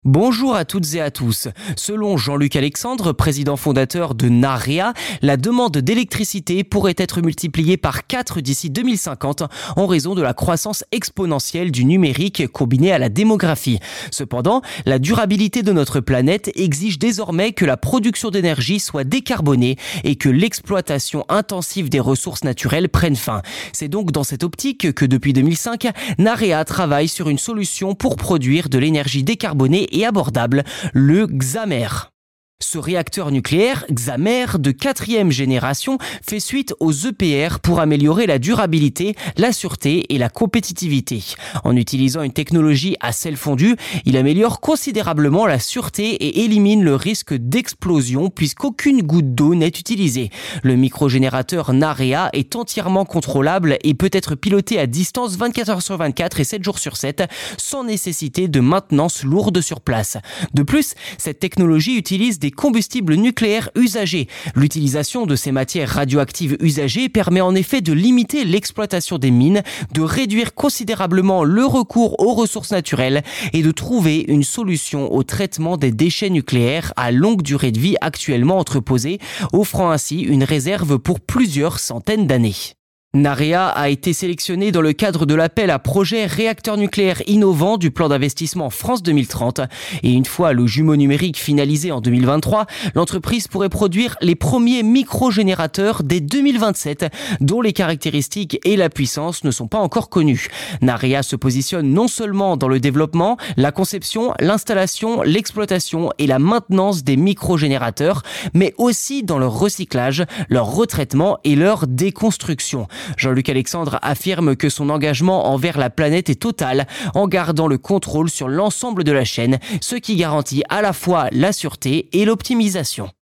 Bonjour à toutes et à tous. Selon Jean-Luc Alexandre, président fondateur de Narea, la demande d'électricité pourrait être multipliée par 4 d'ici 2050 en raison de la croissance exponentielle du numérique combinée à la démographie. Cependant, la durabilité de notre planète exige désormais que la production d'énergie soit décarbonée et que l'exploitation intensive des ressources naturelles prenne fin. C'est donc dans cette optique que depuis 2005, Narea travaille sur une solution pour produire de l'énergie décarbonée et abordable, le Xamer. Ce réacteur nucléaire, Xamer, de 4e génération, fait suite aux EPR pour améliorer la durabilité, la sûreté et la compétitivité. En utilisant une technologie à sel fondu, il améliore considérablement la sûreté et élimine le risque d'explosion puisqu'aucune goutte d'eau n'est utilisée. Le microgénérateur Narea est entièrement contrôlable et peut être piloté à distance 24 heures sur 24 et 7 jours sur 7 sans nécessité de maintenance lourde sur place. De plus, cette technologie utilise des combustibles nucléaires usagés. L'utilisation de ces matières radioactives usagées permet en effet de limiter l'exploitation des mines, de réduire considérablement le recours aux ressources naturelles et de trouver une solution au traitement des déchets nucléaires à longue durée de vie actuellement entreposés, offrant ainsi une réserve pour plusieurs centaines d'années. Narea a été sélectionné dans le cadre de l'appel à projet réacteurs nucléaires innovants du plan d'investissement France 2030. Et une fois le jumeau numérique finalisé en 2023, l'entreprise pourrait produire les premiers microgénérateurs dès 2027, dont les caractéristiques et la puissance ne sont pas encore connues. Narea se positionne non seulement dans le développement, la conception, l'installation, l'exploitation et la maintenance des microgénérateurs, mais aussi dans leur recyclage, leur retraitement et leur déconstruction. Jean-Luc Alexandre affirme que son engagement envers la planète est total en gardant le contrôle sur l'ensemble de la chaîne, ce qui garantit à la fois la sûreté et l'optimisation.